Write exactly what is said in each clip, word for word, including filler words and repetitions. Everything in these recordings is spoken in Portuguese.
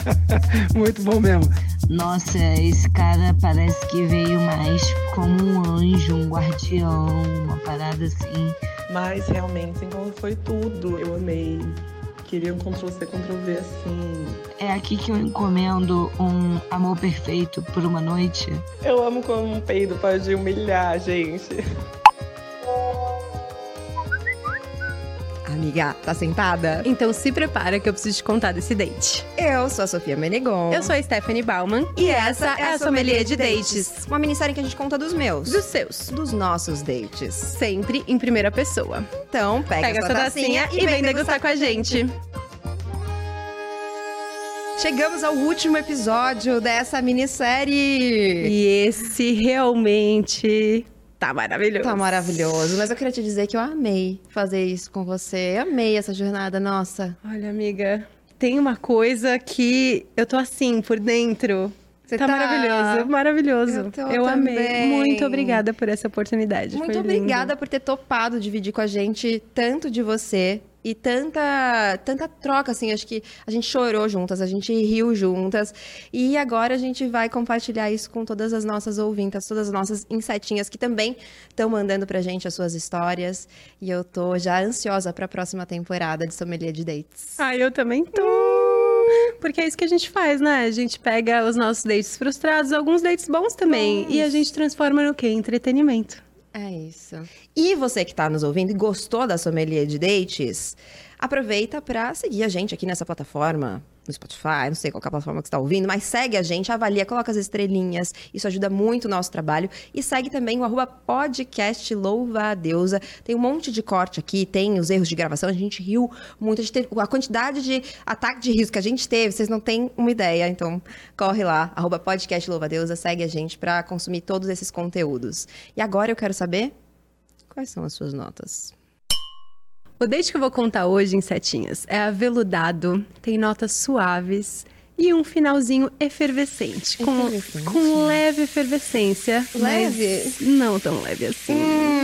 Muito bom mesmo. Nossa, esse cara parece que veio mais como um anjo, um guardião, uma parada assim. Mas realmente, então foi tudo. Eu amei. Queria um Ctrl-C, Ctrl-V assim. É aqui que eu encomendo um amor perfeito por uma noite. Eu amo como um peido pode humilhar, gente. Amiga, tá sentada? Então se prepara que eu preciso te contar desse date. Eu sou a Sofia Menegon. Eu sou a Stephanie Bauman. E essa é a Sommelier de Dates. Uma minissérie que a gente conta dos meus. Dos seus. Dos nossos dates. Sempre em primeira pessoa. Então, pega, Pega a sua sua tacinha tacinha e vem degustar com a gente. Chegamos ao último episódio dessa minissérie. E esse realmente... tá maravilhoso. Tá maravilhoso. Mas eu queria te dizer que eu amei fazer isso com você. Eu amei essa jornada, nossa. Olha, amiga, tem uma coisa que eu tô assim, por dentro. Você tá, tá maravilhoso, maravilhoso. Eu tô eu amei. também. Muito obrigada por essa oportunidade. Muito Foi obrigada lindo. por ter topado dividir com a gente tanto de você e tanta, tanta troca, assim. Acho que a gente chorou juntas, a gente riu juntas. E agora a gente vai compartilhar isso com todas as nossas ouvintas, todas as nossas insetinhas que também estão mandando pra gente as suas histórias. E eu tô já ansiosa pra próxima temporada de Sommelier de Dates. Ah, eu também tô. Porque é isso que a gente faz, né? A gente pega os nossos dates frustrados, alguns dates bons também. Bons. E a gente transforma no quê? Entretenimento. É isso. E você que tá nos ouvindo e gostou da Sommelier de Dates, aproveita pra seguir a gente aqui nessa plataforma, no Spotify, não sei qual que é a plataforma que você tá ouvindo, mas segue a gente, avalia, coloca as estrelinhas, isso ajuda muito o nosso trabalho. E segue também o arroba podcast Louva a Deusa. Tem um monte de corte aqui, tem os erros de gravação, a gente riu muito, a, gente teve, a quantidade de ataque de riso que a gente teve, vocês não têm uma ideia, então corre lá, arroba podcast Louva a Deusa, segue a gente pra consumir todos esses conteúdos. E agora eu quero saber quais são as suas notas. O date que eu vou contar hoje, insetinhas, é aveludado, tem notas suaves e um finalzinho efervescente. Com, Efervescente? com leve efervescência. Leve? Mas não tão leve assim.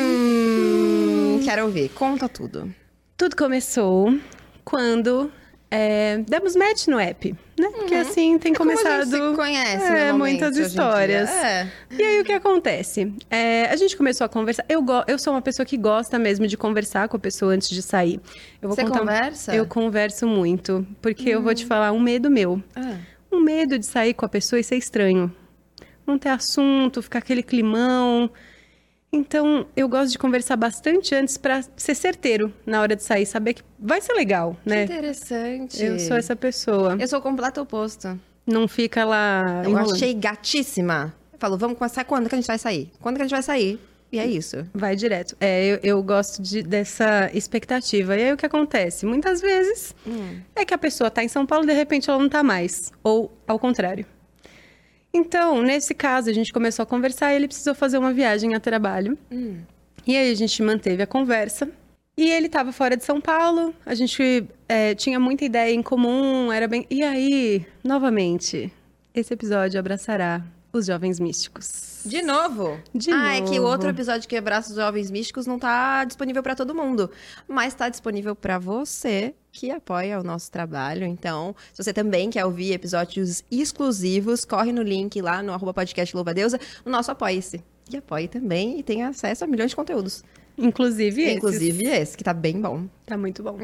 Hum, quero ouvir, conta tudo. Tudo começou quando é, demos match no app, né? Porque assim tem É como a gente começado se conhece, é, normalmente, muitas hoje em dia. histórias. É. E aí o que acontece? É, a gente começou a conversar. Eu, go- eu sou uma pessoa que gosta mesmo de conversar com a pessoa antes de sair. Eu vou Você contar um- conversa? Eu converso muito, porque eu vou te falar um medo meu. Ah. Um medo de sair com a pessoa e ser estranho. Não ter assunto, ficar aquele climão. Então, eu gosto de conversar bastante antes pra ser certeiro na hora de sair, saber que vai ser legal, Que né? interessante. Eu sou essa pessoa. Eu sou o completo oposto. Não fica lá Eu enrolando. achei gatíssima. Falou, vamos começar quando que a gente vai sair? Quando que a gente vai sair? E é isso. Vai direto. É, eu, eu gosto de- dessa expectativa. E aí o que acontece? Muitas vezes é que a pessoa tá em São Paulo e de repente ela não tá mais. Ou ao contrário. Então, nesse caso, a gente começou a conversar e ele precisou fazer uma viagem a trabalho. E aí a gente manteve a conversa. E ele estava fora de São Paulo, a gente é, tinha muita ideia em comum, era bem... E aí, novamente, esse episódio abraçará os jovens místicos. De novo? De ah, é que o novo. outro episódio que abraça os jovens místicos não tá disponível pra todo mundo. Mas tá disponível pra você que apoia o nosso trabalho. Então, se você também quer ouvir episódios exclusivos, corre no link lá no arroba podcast Louva a Deusa, no nosso Apoie-se. E apoie também e tem acesso a milhões de conteúdos. Inclusive esses. Inclusive esse, que tá bem bom. Tá muito bom.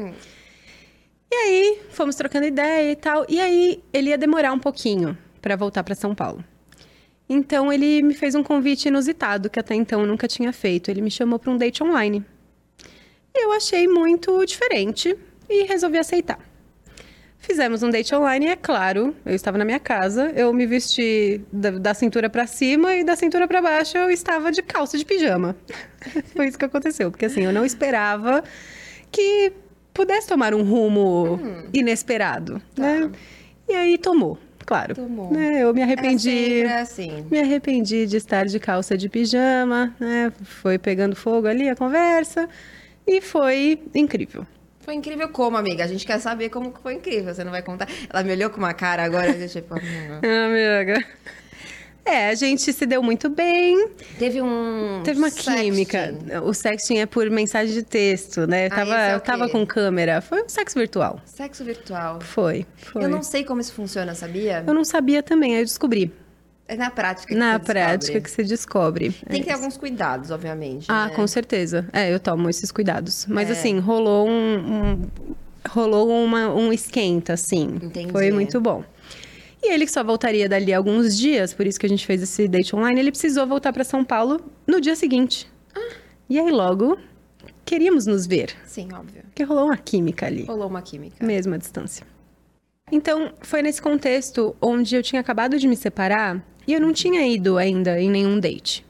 E aí, fomos trocando ideia e tal. E aí, ele ia demorar um pouquinho pra voltar pra São Paulo. Então, ele me fez um convite inusitado, que até então eu nunca tinha feito. Ele me chamou pra um date online. E eu achei muito diferente e resolvi aceitar. Fizemos um date online e, é claro, eu estava na minha casa, eu me vesti da, da cintura pra cima e da cintura pra baixo eu estava de calça de pijama. Foi isso que aconteceu, porque assim, eu não esperava que pudesse tomar um rumo Hum. inesperado, Tá. né? E aí tomou, claro. Tomou. Né? Eu me arrependi. É sempre assim. Me arrependi de estar de calça de pijama, né? Foi pegando fogo ali a conversa e foi incrível. Foi incrível como, amiga? A gente quer saber como que foi incrível. Você não vai contar? Ela me olhou com uma cara agora de tipo... amiga. Amiga. É, a gente se deu muito bem. Teve um Teve uma sexting. química. O sexting é por mensagem de texto, né? Eu Ah, tava, esse é o eu tava quê? com câmera. Foi um sexo virtual. Sexo virtual. Foi, foi. Eu não sei como isso funciona, sabia? Eu não sabia também, aí eu descobri. É na prática que Na você prática descobre. que você descobre. Tem É que ter isso. alguns cuidados, obviamente. Ah, né? com certeza. É, eu tomo esses cuidados. Mas É. assim, rolou um, um- rolou uma, um esquenta, assim. Entendi. Foi muito bom. E ele que só voltaria dali a alguns dias, por isso que a gente fez esse date online, ele precisou voltar para São Paulo no dia seguinte. Ah. E aí logo queríamos nos ver, Sim, óbvio. porque rolou uma química ali, Rolou uma química. mesmo à distância. Então, foi nesse contexto onde eu tinha acabado de me separar e eu não tinha ido ainda em nenhum date.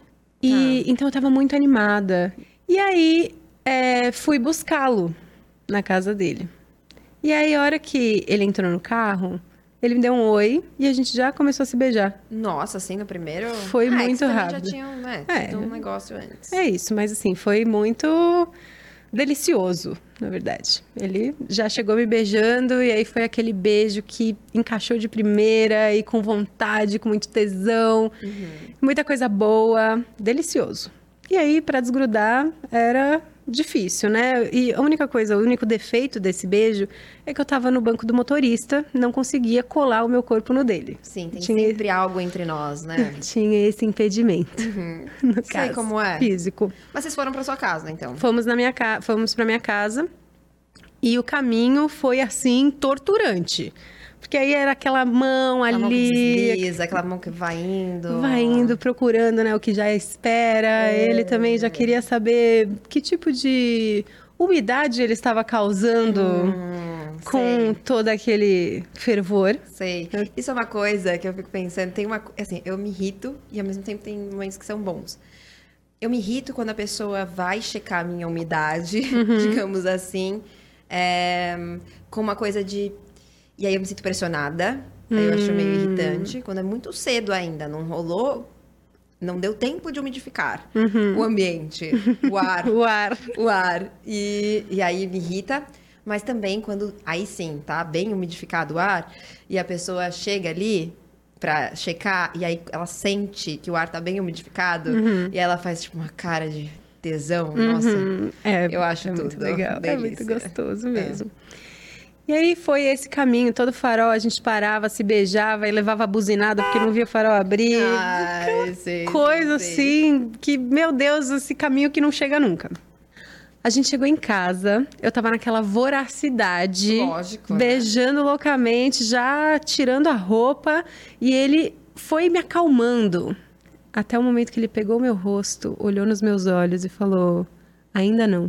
E então eu tava muito animada. E aí é, fui buscá-lo na casa dele. E aí, a hora que ele entrou no carro, ele me deu um oi e a gente já começou a se beijar. Nossa, assim, no primeiro... Foi ah, é que muito vocês também rápido. já tinham, né, É. tido um negócio antes. É isso, mas assim, foi muito delicioso, na verdade. Ele já chegou me beijando e aí foi aquele beijo que encaixou de primeira e com vontade, com muito tesão, muita coisa boa, delicioso. E aí, pra desgrudar, era difícil, né? E a única coisa, o único defeito desse beijo é que eu tava no banco do motorista, não conseguia colar o meu corpo no dele. Sim, tem Tinha- sempre algo entre nós, né? Tinha esse impedimento, no Sei caso, como é. físico. Mas vocês foram pra sua casa, então? Fomos na minha ca... fomos para minha casa e o caminho foi assim torturante, porque aí era aquela mão Aquela mão que ali, desliza, aquela mão que vai indo. vai indo procurando, né, o que já espera. É. Ele também já queria saber que tipo de umidade ele estava causando Hum, com sei. todo aquele fervor. Sei. Isso é uma coisa que eu fico pensando. Tem uma. co- Assim, eu me irrito e ao mesmo tempo tem momentos que são bons. Eu me irrito quando a pessoa vai checar a minha umidade, digamos assim, é, com uma coisa de. E aí eu me sinto pressionada. Aí eu acho meio irritante. Quando é muito cedo ainda, não rolou. Não deu tempo de umidificar o ambiente, o ar. O ar. o ar. E, e aí me irrita. Mas também quando, aí sim, tá bem umidificado o ar, e a pessoa chega ali pra checar, e aí ela sente que o ar tá bem umidificado, e ela faz tipo uma cara de tesão. Nossa, Uhum. É, eu acho é muito tudo. legal. É muito Delícia. gostoso mesmo. E aí foi esse caminho, todo farol, a gente parava, se beijava e levava a buzinada porque não via o farol abrir. Ai, sei, Coisa sei. assim, que, meu Deus, esse caminho que não chega nunca. A gente chegou em casa, eu tava naquela voracidade, Lógico, né? beijando loucamente, já tirando a roupa, e ele foi me acalmando. Até o momento que ele pegou meu rosto, olhou nos meus olhos e falou: ainda não.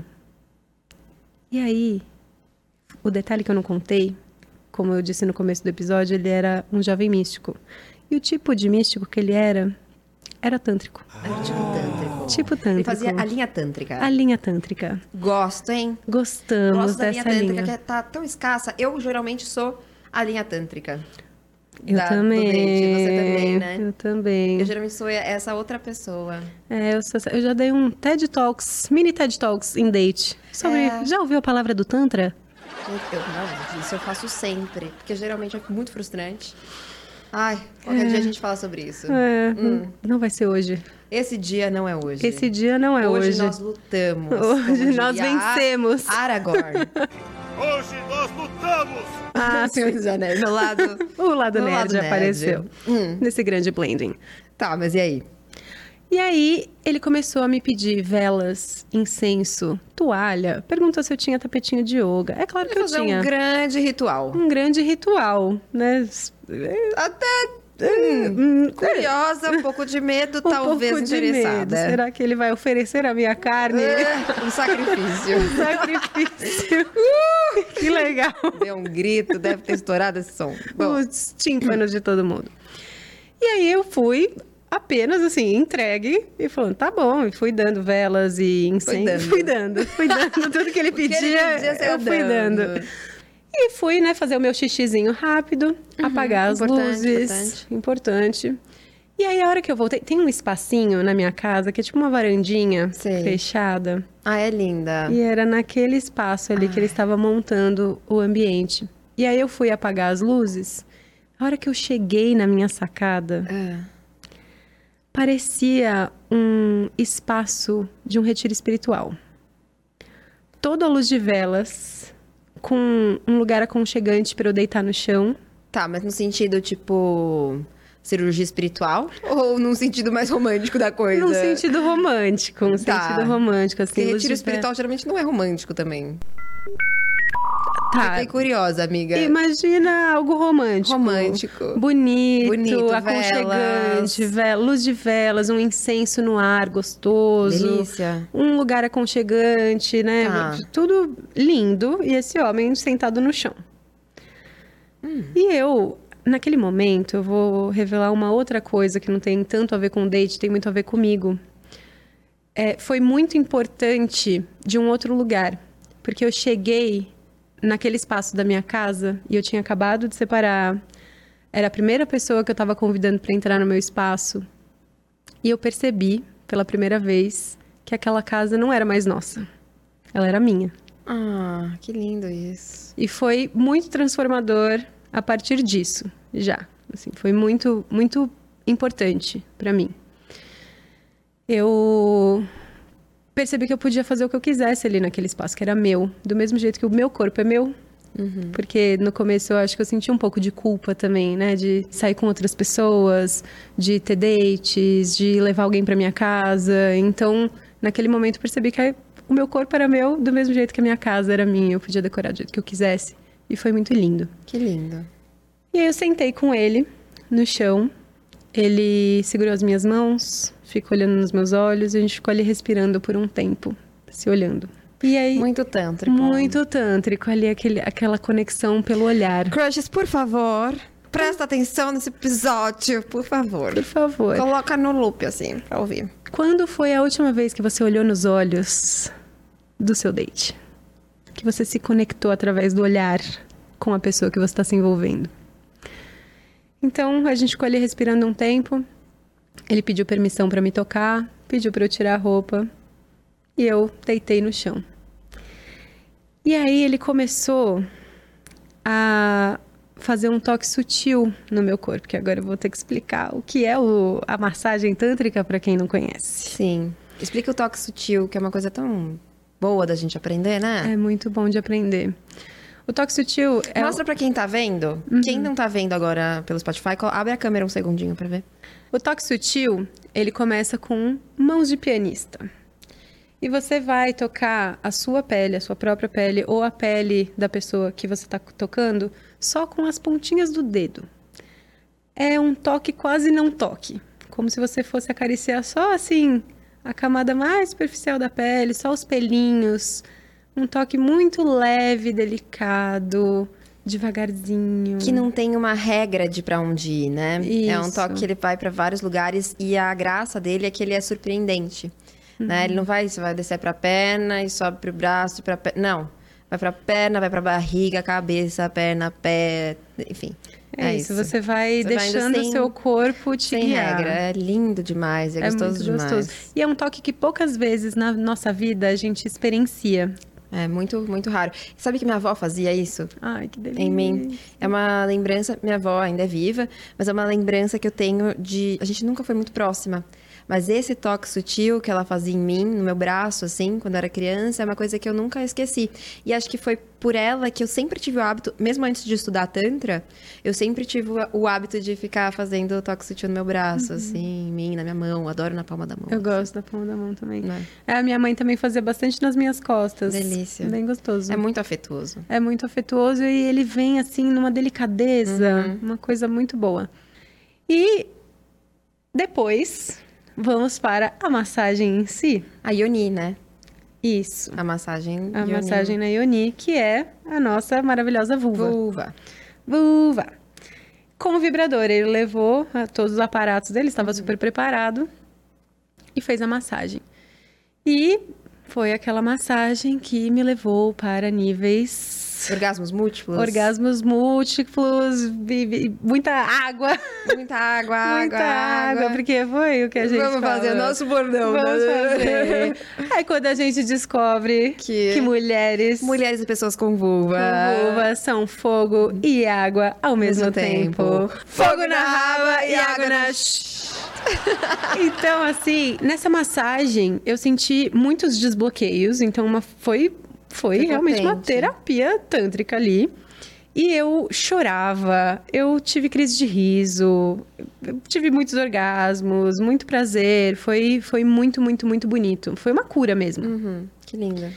E aí, o detalhe que eu não contei, como eu disse no começo do episódio, ele era um jovem místico. E o tipo de místico que ele era, era tântrico. Ai, tipo tântrico. Tipo Ele tântrico. fazia a linha tântrica. A linha tântrica. Gosto, hein? Gostamos Gosto da linha dessa tântrica, linha. que tá tão escassa. Eu geralmente sou a linha tântrica. Eu da- do também. date. Você também, né? Eu também. Eu geralmente sou essa outra pessoa. É, eu, sou- eu já dei um TED Talks, mini TED Talks em date. Sobre, É. Já ouviu a palavra do Tantra? Eu, eu- não, isso eu faço sempre. Porque geralmente é muito frustrante. Ai, qualquer dia a gente fala sobre isso. É, não- não vai ser hoje. Esse dia não é hoje. Esse dia não é hoje. Hoje nós lutamos. Hoje como nós diria vencemos. Aragorn. Hoje nós lutamos! Ah, Senhor dos Anéis. Meu lado... O lado Meu nerd lado nerd. apareceu Hum. nesse grande blending. Tá, mas e aí? E aí, ele começou a me pedir velas, incenso, toalha. Perguntou se eu tinha tapetinho de yoga. É claro que Vai eu fazer tinha. um grande ritual. Um grande ritual, né? Até Hum, curiosa, um pouco de medo, um talvez pouco de medo. interessada. Será que ele vai oferecer a minha carne? É, um sacrifício. Sacrifício. Que legal. Deu um grito, deve ter estourado esse som. Bom, Os tímpanos de todo mundo. E aí eu fui apenas assim, entregue e falando, tá bom, e fui dando velas e incenso. dando. Fui dando, fui dando tudo que ele que ele pedia, pedia, você ia eu fui dando. dando. E fui, né, fazer o meu xixizinho rápido, apagar as importante, luzes. importante. Importante. E aí, a hora que eu voltei, tem um espacinho na minha casa que é tipo uma varandinha Sei. fechada. Ah, é linda. E era naquele espaço ali que ele estava montando o ambiente. E aí eu fui apagar as luzes. A hora que eu cheguei na minha sacada, Ah, parecia um espaço de um retiro espiritual. Toda a luz de velas, com um lugar aconchegante para eu deitar no chão. Tá, mas no sentido, tipo, cirurgia espiritual? Ou num sentido mais romântico da coisa? Num sentido romântico, um Tá. sentido romântico. Assim, Porque luz retiro de espiritual geralmente não é romântico também. Tá. Fiquei curiosa, amiga. Imagina algo romântico. Romântico. Bonito, Bonito, aconchegante, velas. ve- luz de velas, um incenso no ar gostoso. Delícia. Um lugar aconchegante, né? Tá. Tudo lindo. E esse homem sentado no chão. Hum. E eu, naquele momento, eu vou revelar uma outra coisa que não tem tanto a ver com o date, tem muito a ver comigo. É, foi muito importante de um outro lugar. Porque eu cheguei naquele espaço da minha casa e eu tinha acabado de separar. Era a primeira pessoa que eu estava convidando para entrar no meu espaço. E eu percebi, pela primeira vez, que aquela casa não era mais nossa. Ela era minha. Ah, que lindo isso. E foi muito transformador a partir disso, já. Assim, foi muito, muito importante para mim. Eu percebi que eu podia fazer o que eu quisesse ali naquele espaço, que era meu. Do mesmo jeito que o meu corpo é meu. Uhum. Porque no começo eu acho que eu senti um pouco de culpa também, né? De sair com outras pessoas, de ter dates, de levar alguém pra minha casa. Então, naquele momento eu percebi que o meu corpo era meu do mesmo jeito que a minha casa era minha. Eu podia decorar do jeito que eu quisesse. E foi muito lindo. Que lindo. E aí eu sentei com ele no chão. Ele segurou as minhas mãos, ficou olhando nos meus olhos e a gente ficou ali respirando por um tempo, se olhando. E aí, Muito tântrico. muito tântrico ali, aquele, aquela conexão pelo olhar. Crushes, por favor, presta atenção nesse episódio, por favor. Por favor. Coloca no loop, assim, pra ouvir. Quando foi a última vez que você olhou nos olhos do seu date? Que você se conectou através do olhar com a pessoa que você está se envolvendo? Então, a gente ficou ali respirando um tempo. Ele pediu permissão para me tocar, pediu para eu tirar a roupa. E eu deitei no chão. E aí ele começou a fazer um toque sutil no meu corpo, que agora eu vou ter que explicar o que é o, a massagem tântrica para quem não conhece. Sim. Explica o toque sutil, que é uma coisa tão boa da gente aprender, né? É muito bom de aprender. O toque sutil é... Mostra pra quem tá vendo. Uhum. Quem não tá vendo agora pelo Spotify, co- abre a câmera um segundinho pra ver. O toque sutil, ele começa com mãos de pianista. E você vai tocar a sua pele, a sua própria pele, ou a pele da pessoa que você está tocando, só com as pontinhas do dedo. É um toque quase não toque. Como se você fosse acariciar só assim, a camada mais superficial da pele, só os pelinhos. Um toque muito leve, delicado, devagarzinho. Que não tem uma regra de pra onde ir, né? É um Isso. toque que ele vai pra vários lugares e a graça dele é que ele é surpreendente. Né? Ele não vai, você vai descer pra perna e sobe pro braço, pra pe... não. Vai pra perna, vai pra barriga, cabeça, perna, pé, enfim. É, É isso, isso. você vai Você vai indo deixando o sem- seu corpo te Sem guiar. regra. É lindo demais, é, É gostoso muito demais. gostoso. E é um toque que poucas vezes na nossa vida a gente experiencia. É muito, muito raro. Sabe que minha avó fazia isso? Ai, que delícia. Em mim. É uma lembrança, minha avó ainda é viva, mas é uma lembrança que eu tenho de... A gente nunca foi muito próxima. Mas esse toque sutil que ela fazia em mim, no meu braço, assim, quando eu era criança, é uma coisa que eu nunca esqueci. E acho que foi por ela que eu sempre tive o hábito, mesmo antes de estudar Tantra, eu sempre tive o- o hábito de ficar fazendo toque sutil no meu braço, assim, em mim, na minha mão. Adoro na palma da mão. Eu gosto da palma da mão também. Né? É, a minha mãe também fazia bastante nas minhas costas. Delícia. Bem gostoso. É muito afetuoso. É muito afetuoso e ele vem assim numa delicadeza, Uhum. uma coisa muito boa. E depois vamos para a massagem em si. A Yoni, né? Isso. A massagem A Yoni. massagem na Yoni, que é a nossa maravilhosa vulva. Vulva. Vulva. Com o vibrador, ele levou ah, todos os aparatos dele, estava super preparado e fez a massagem. E foi aquela massagem que me levou para níveis... Orgasmos múltiplos. Orgasmos múltiplos, vi- vi- muita água, Muita água, água, muita água, água. porque foi o que a gente Vamos fazer falou. nosso bordão. Vamos né? fazer. Aí quando a gente descobre Que- que, mulheres Mulheres e pessoas com vulva. com vulva são fogo e água ao mesmo, Mesmo tempo. tempo. Fogo na raba e água na... Então, assim, nessa massagem, eu senti muitos desbloqueios. Então, uma, foi, foi, Foi realmente uma potente. terapia tântrica ali. E eu chorava, eu tive crise de riso, eu tive muitos orgasmos, muito prazer. Foi, foi muito, muito, muito bonito. Foi uma cura mesmo. Uhum, que linda.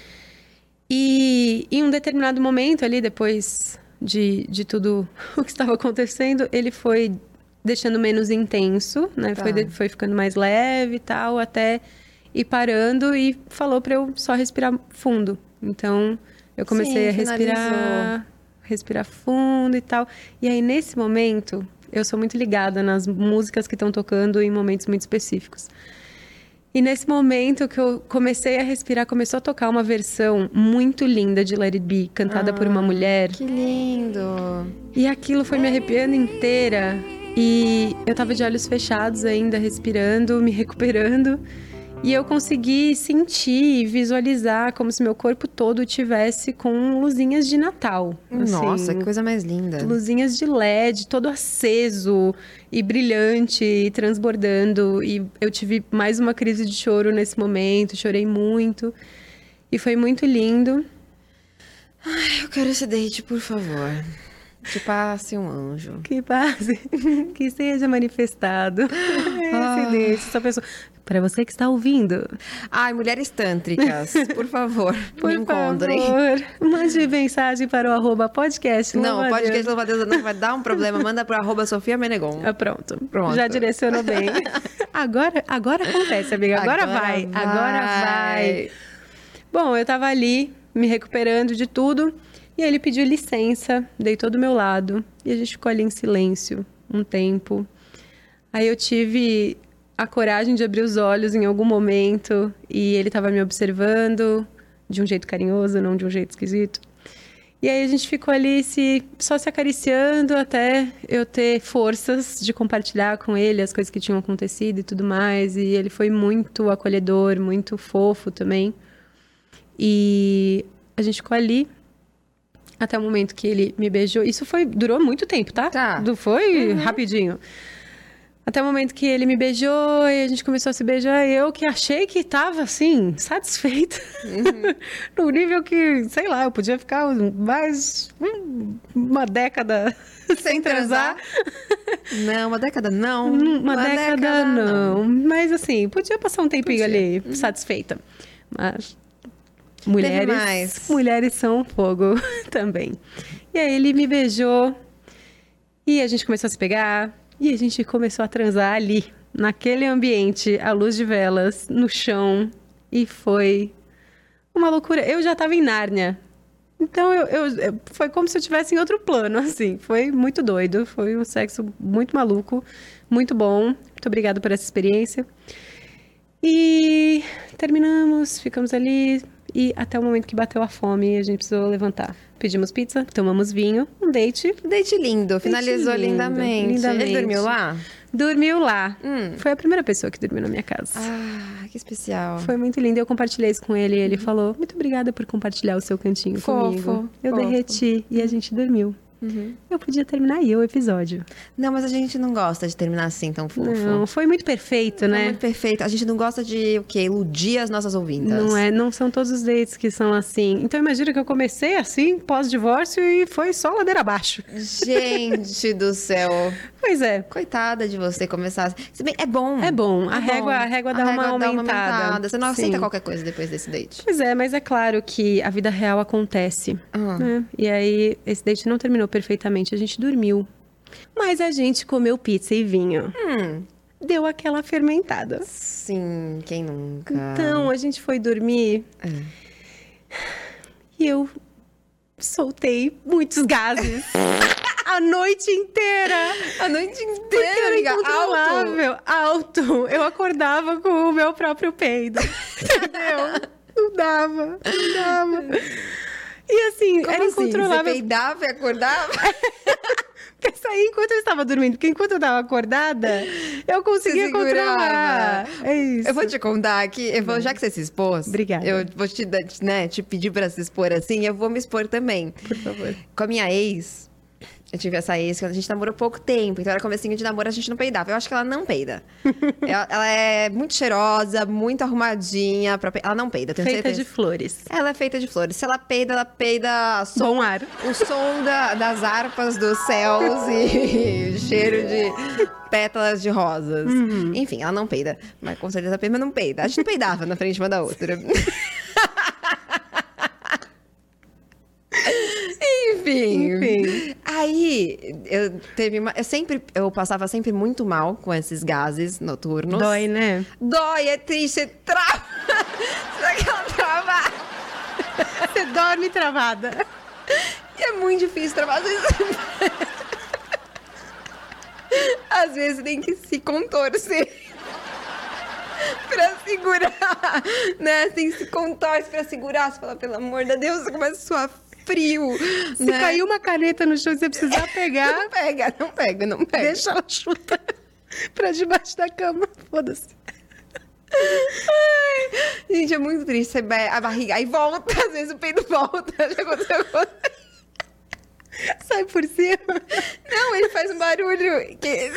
E em um determinado momento ali, depois de, de tudo o que estava acontecendo, ele foi deixando menos intenso, né? Tá. Foi, de- foi ficando mais leve e tal, até ir parando e falou para eu só respirar fundo. Então, eu comecei Sim, a respirar, finalizou. respirar fundo e tal. E aí, nesse momento, eu sou muito ligada nas músicas que estão tocando em momentos muito específicos. E nesse momento que eu comecei a respirar, começou a tocar uma versão muito linda de Let It Be, cantada por uma mulher. Que lindo. E aquilo foi me arrepiando inteira. E eu tava de olhos fechados ainda, respirando, me recuperando. E eu consegui sentir e visualizar como se meu corpo todo tivesse com luzinhas de Natal. Nossa, assim, que coisa mais linda. luzinhas de L E D, todo aceso e brilhante e transbordando. E eu tive mais uma crise de choro nesse momento, chorei muito. E foi muito lindo. Eu quero esse date, por favor. Que passe um anjo. Que base, que seja manifestado. Esse desse, essa pessoa. Para você que está ouvindo, Ai, mulheres tântricas, por favor, por me encontrem. favor, mande mensagem para o arroba podcast. Não, Louva a podcast Deus. Louva a Deus não vai dar um problema. Manda pro arroba Sofia Menegon. Ah, pronto. Pronto. Já direcionou bem. Agora, agora acontece, amiga. Agora, vai. Agora vai. Bom, eu tava ali, me recuperando de tudo. E ele pediu licença, deitou do meu lado. E a gente ficou ali em silêncio um tempo. Aí eu tive a coragem de abrir os olhos em algum momento. E ele tava me observando de um jeito carinhoso, não de um jeito esquisito. E aí a gente ficou ali se, só se acariciando até eu ter forças de compartilhar com ele as coisas que tinham acontecido e tudo mais. E ele foi muito acolhedor, muito fofo também. E a gente ficou ali até o momento que ele me beijou. Isso foi, durou muito tempo, tá? Tá. Não foi rapidinho. Até o momento que ele me beijou e a gente começou a se beijar. E eu que achei que tava, assim, satisfeita. No nível que, sei lá, eu podia ficar mais hum, uma década sem transar. Não, uma década não. Uma, década, não. Mas, assim, podia passar um tempinho ali satisfeita. Mas mulheres, mais. mulheres são fogo também. E aí ele me beijou e a gente começou a se pegar. E a gente começou a transar ali, naquele ambiente, à luz de velas, no chão. E foi uma loucura. Eu já estava em Nárnia. Então, eu, eu- eu- foi como se eu estivesse em outro plano, assim. Foi muito doido. Foi um sexo muito maluco, muito bom. Muito obrigada por essa experiência. E terminamos, ficamos ali. E até o momento que bateu a fome, a gente precisou levantar. Pedimos pizza, tomamos vinho, um date. Date lindo, finalizou lindo, lindamente. lindamente. Ele dormiu lá? Dormiu lá. Hum. Foi a primeira pessoa que dormiu na minha casa. Ah, que especial. Foi muito lindo. Eu compartilhei isso com ele e ele falou: muito obrigada por compartilhar o seu cantinho Fofo, comigo. Eu fofo. derreti e a gente dormiu. Uhum. Eu podia terminar aí o episódio. Não, mas a gente não gosta de terminar assim tão fofo. Não, foi muito perfeito, Foi né? muito perfeito. A gente não gosta de o quê? Iludir as nossas ouvintas. Não é, não são todos os dates que são assim. Então imagina que eu comecei assim, pós-divórcio, e foi só ladeira abaixo. Gente do céu. Pois é. Coitada de você começar assim. Se bem, é bom. É bom. A É régua- a régua dá uma aumentada. Você não Sim. aceita qualquer coisa depois desse date. Pois é, mas é claro que a vida real acontece. Ah. Né? E aí, esse date não terminou perfeitamente, a gente dormiu. Mas a gente comeu pizza e vinho. Hum, Deu aquela fermentada. sim, quem nunca? Então, a gente foi dormir É. e eu soltei muitos gases. A noite inteira. A noite Porque inteira, era amiga. Alto. incontrolável. Alto. Eu acordava com o meu próprio peido. Entendeu? Não dava. Não dava. E assim, Como era assim? incontrolável. Você peidava e acordava? Isso aí enquanto eu estava dormindo, porque enquanto eu estava acordada, eu conseguia Você segurava. controlar. É isso. Eu vou te contar aqui, eu vou, já que você se expôs, Obrigada. eu vou te, dar- né, te pedir pra se expor assim, eu vou me expor também. Por favor. Com a minha ex, Eu tive essa ex, que a gente namorou pouco tempo, então era comecinho de namoro, a gente não peidava. Eu acho que ela não peida. ela, ela é muito cheirosa, muito arrumadinha. Pra pe... Ela não peida, tenho Feita certeza. de flores. Ela é feita de flores. Se ela peida, ela peida som, Bom ar. o som da- das harpas dos céus e cheiro de pétalas de rosas. Uhum. Enfim, ela não peida. Mas com certeza peida, mas não peida. A gente não peidava na frente uma da outra. Enfim. Enfim. Aí, eu teve uma. Eu sempre. Eu passava sempre muito mal com esses gases noturnos. Dói, né? Dói, é triste, trava. Será que ela trava? Você dorme travada. E é muito difícil travar. Às vezes. Às vezes tem que se contorcer. Pra segurar, né? Tem que se contorce pra segurar. Você fala, pelo amor de Deus, você começa a suar frio. Se né? cair uma caneta no chão e você precisar pegar, Não pega, não pega, não pega. deixa ela chuta pra debaixo da cama. Foda-se. Ai, gente, é muito triste. Você be- a barriga, aí volta, às vezes o peito volta. Já aconteceu com- Sai por cima. Não, ele faz um barulho que...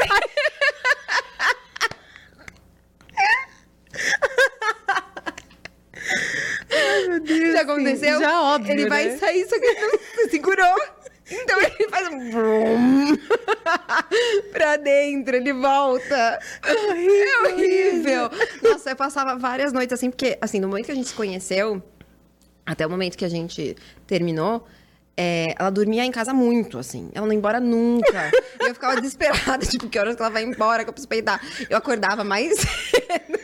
Ai, meu Deus. Já aconteceu? Sim, já óbvio, Ele vai né? sair, só que ele não segurou. Então ele faz um... brum pra dentro, ele volta. Horrível, É horrível. Nossa, eu passava várias noites assim, porque, assim, no momento que a gente se conheceu, até o momento que a gente terminou, é, ela dormia em casa muito, assim. Ela não ia embora nunca. E eu ficava desesperada, tipo, que horas que ela vai embora, que eu preciso peidar. Eu acordava mais cedo.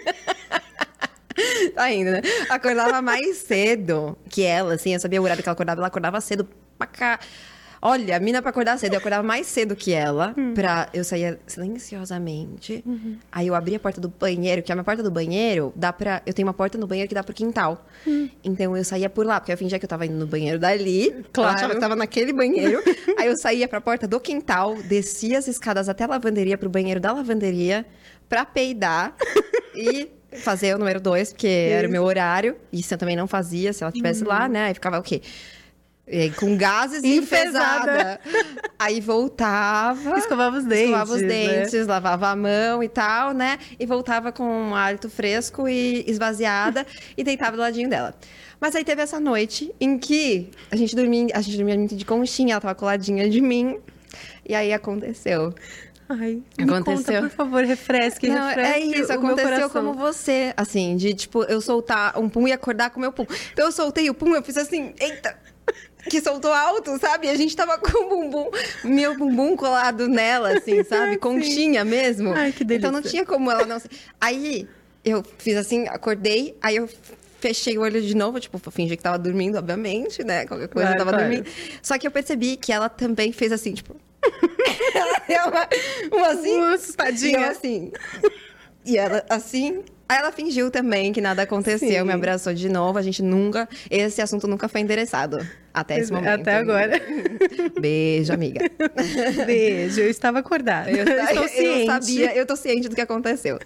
Tá indo, né? Acordava mais cedo que ela, assim. Eu sabia o horário que ela acordava. Ela acordava cedo pra cá. Olha, a mina pra acordar cedo. Eu acordava mais cedo que ela. Hum. Pra... Eu saía silenciosamente. Aí eu abria a porta do banheiro. Que a minha porta do banheiro dá pra... Eu tenho uma porta no banheiro que dá pro quintal. Hum. Então eu saía por lá. Porque eu fingia que eu tava indo no banheiro dali. Claro. Eu achava que tava naquele banheiro. Aí eu saía pra porta do quintal. Descia as escadas até a lavanderia. Pro banheiro da lavanderia. Pra peidar. E... fazer o número dois, porque era o meu horário. Isso eu também não fazia, se ela estivesse Uhum. lá, né? Aí ficava o quê? Eh, Com gases e Enfesada. enfesada. Aí voltava... Escovava os dentes. Escovava os né? dentes, lavava a mão e tal, né? E voltava com um hálito fresco e esvaziada e deitava do ladinho dela. Mas aí teve essa noite em que a gente dormia, a gente dormia muito de conchinha, ela tava coladinha de mim. E aí aconteceu. Ai, Aconteceu. me conta, por favor, refresque, Não, refresque é isso, o meu aconteceu coração. como você, assim, de, tipo, eu soltar um pum e acordar com o meu pum. Então, eu soltei o pum, eu fiz assim, eita, que soltou alto, sabe? E a gente tava com o bumbum, meu bumbum colado nela, assim, sabe? Conchinha mesmo. Ai, que delícia. Então, não tinha como ela não... Aí, eu fiz assim, acordei, aí eu... fechei o olho de novo, tipo, fingi que tava dormindo, obviamente, né? Qualquer coisa, Claro, eu tava claro. dormindo. Só que eu percebi que ela também fez assim, tipo... ela deu uma, uma assim... Uma E assustadinha. eu assim... E ela assim... Aí ela fingiu também que nada aconteceu, Sim. me abraçou de novo. A gente nunca... Esse assunto nunca foi endereçado. Até esse momento. Até agora. Beijo, amiga. Beijo, eu estava acordada. Eu, Estou eu ciente. sabia, eu tô ciente do que aconteceu.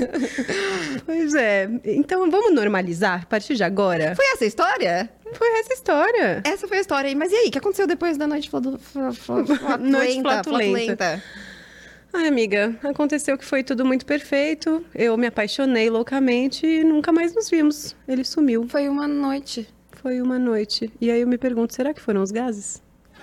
Pois é. Então, vamos normalizar a partir de agora? Foi essa a história? Foi essa história. Essa foi a história. Mas e aí, o que aconteceu depois da noite fladu- fla- fla- flatulenta? Noite flatulenta. flatulenta? Ai, amiga, aconteceu que foi tudo muito perfeito. Eu me apaixonei loucamente e nunca mais nos vimos. Ele sumiu. Foi uma noite. Foi uma noite. E aí eu me pergunto, será que foram os gases?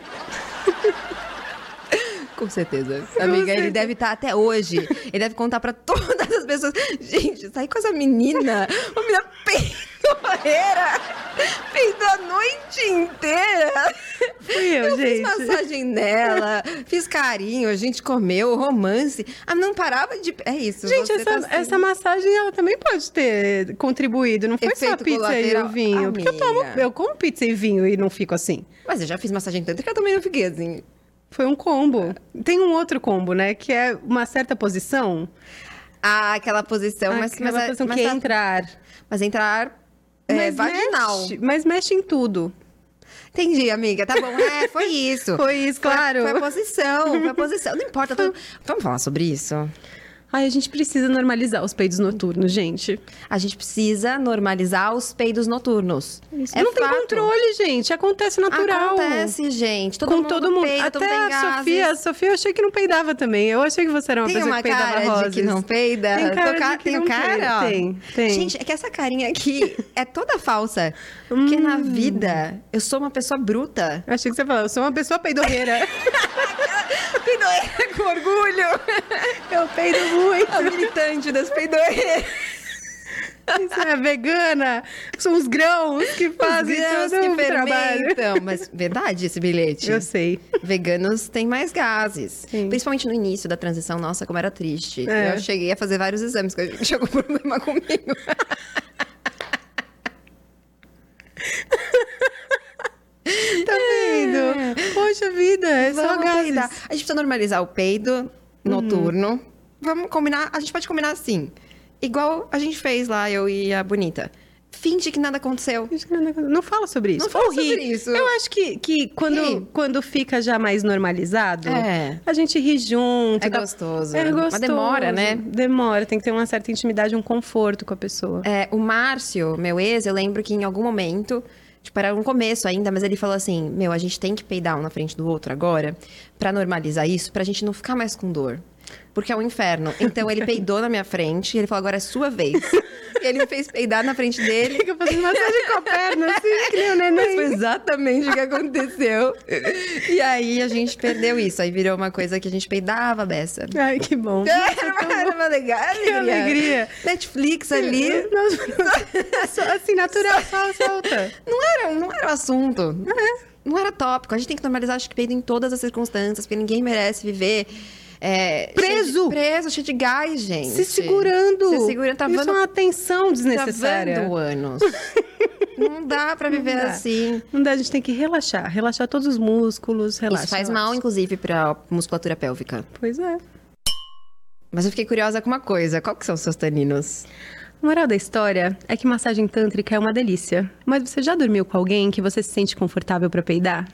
Com certeza. Amiga, ele deve estar até hoje. Ele deve contar pra todas as pessoas. Gente, saí com essa menina. Uma menina peidorreira. Peidou a noite inteira. Fui eu, Eu fiz gente. massagem nela, fiz carinho, a gente comeu, romance. Ah, não parava de... É isso. Gente, você essa, tá assim. essa massagem, ela também pode ter contribuído. Não foi só a Efeito pizza e colateral. o vinho. Porque eu, tomo, Amiga. eu como pizza e vinho e não fico assim. Mas eu já fiz massagem tanto que eu também não fiquei assim. Foi um combo. Tem um outro combo, né? Que é uma certa posição. Ah, aquela posição, mas... Aquela mas, posição mas, que é mas, entrar. mas entrar é, Mas vaginal. Mexe, mas mexe em tudo. Entendi, amiga. Tá bom. É, foi isso. Foi isso, claro. Foi a posição, foi a posição. Não importa. Tudo... Vamos falar sobre isso? Ai, a gente precisa normalizar os peidos noturnos, gente. A gente precisa normalizar os peidos noturnos. Isso. É Não tem fato. controle, gente. Acontece natural. Acontece, gente. Todo Com mundo todo mundo. peida, Até todo mundo tem a gases. Sofia. A Sofia eu achei que não peidava também. Eu achei que você era uma Tem pessoa uma que peidava cara rosas. de que não peida. Tem cara Tô ca- de que Tenho não cara, peida. ó. Tem, tem. Gente, é que essa carinha aqui é toda falsa. Porque na vida, eu sou uma pessoa bruta. Eu achei que você falou, eu sou uma pessoa peidorreira. Peidoeira com orgulho. Eu peido muito. A militante das peidoeiras. Isso é vegana. São os grãos que fazem Grãos todo que o trabalho. fermentam. Mas verdade esse bilhete. Eu sei. Veganos têm mais gases. Sim. Principalmente no início da transição. Nossa, como era triste. É. Eu cheguei a fazer vários exames, porque a gente tinha algum problema comigo. Tá vendo? Poxa vida, é só Vamos gases. peidar. A gente precisa normalizar o peido noturno. Vamos combinar. A gente pode combinar assim. Igual a gente fez lá, eu e a Bonita. Finge que nada aconteceu. Acho que Não não fala sobre isso. Não fala Ou ri. sobre isso. Eu acho que, que quando, Ri. quando fica já mais normalizado, É. a gente ri junto. É tá- gostoso. É Mas gostoso. demora, né? Demora, tem que ter uma certa intimidade, um conforto com a pessoa. É, o Márcio, meu ex, eu lembro que em algum momento, tipo, era no começo ainda, mas ele falou assim: meu, a gente tem que peidar um na frente do outro agora pra normalizar isso, pra gente não ficar mais com dor. Porque é um inferno. Então ele peidou na minha frente e ele falou: agora é sua vez. E ele me fez peidar na frente dele. Fica fazendo massagem com a perna, assim, que nem o Mas neném. foi exatamente o que aconteceu. E aí a gente perdeu isso. Aí virou uma coisa que a gente peidava a beça. Ai, que bom. Era uma, era uma legal Que alegria. Netflix ali. Nossa, só assim, natural, só solta. Não era, não era o assunto. Não era tópico. A gente tem que normalizar, acho que peido em todas as circunstâncias, porque ninguém merece viver. É, Preso. cheio de, preso, cheio de gás, gente. Se segurando. Se segurando, travando, Isso é uma tensão desnecessária. travando anos. Não dá pra viver dá. assim. Não dá, a gente tem que relaxar. Relaxar todos os músculos, relaxa. Isso faz relaxa. mal, inclusive, pra musculatura pélvica. Pois é. Mas eu fiquei curiosa com uma coisa. Qual que são os seus taninos? A moral da história é que massagem tântrica é uma delícia. Mas você já dormiu com alguém que você se sente confortável pra peidar?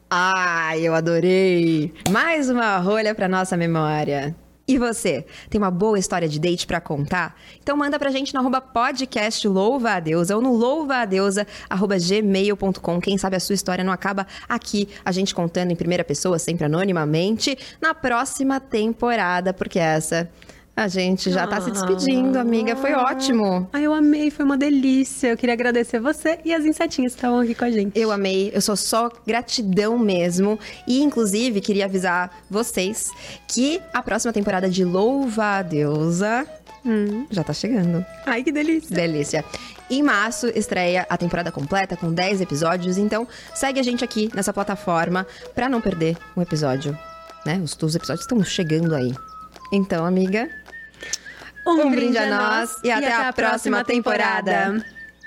Ai, eu adorei! Mais uma rolha pra nossa memória. E você, tem uma boa história de date pra contar? Então manda pra gente no arroba podcast louva a deusa ou no louvaadeusa arroba gmail ponto com. Quem sabe a sua história não acaba aqui, a gente contando em primeira pessoa, sempre anonimamente, na próxima temporada, porque essa... A gente já tá se despedindo, amiga. Foi ótimo. Ai, eu amei, foi uma delícia. Eu queria agradecer você e as insetinhas que estavam aqui com a gente. Eu amei, eu sou só gratidão mesmo. E, inclusive, queria avisar vocês que a próxima temporada de Louva a Deusa hum. já tá chegando. Ai, que delícia. Delícia. Em março estreia a temporada completa com dez episódios. Então, segue a gente aqui nessa plataforma pra não perder um episódio, né? Os, os episódios estão chegando aí. Então, amiga... Um, Um brinde a nós e até a próxima temporada.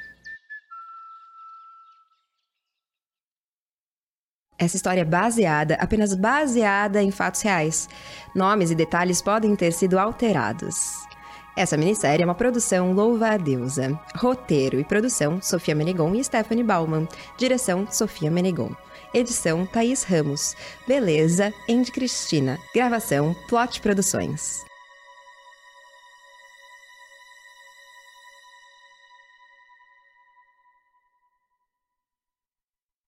Essa história é baseada, apenas baseada em fatos reais. Nomes e detalhes podem ter sido alterados. Essa minissérie é uma produção Louva a Deusa. Roteiro e produção, Sofia Menegon e Stephanie Bauman. Direção, Sofia Menegon. Edição, Thaís Ramos. Beleza, Andy Cristina. Gravação, Plot Produções.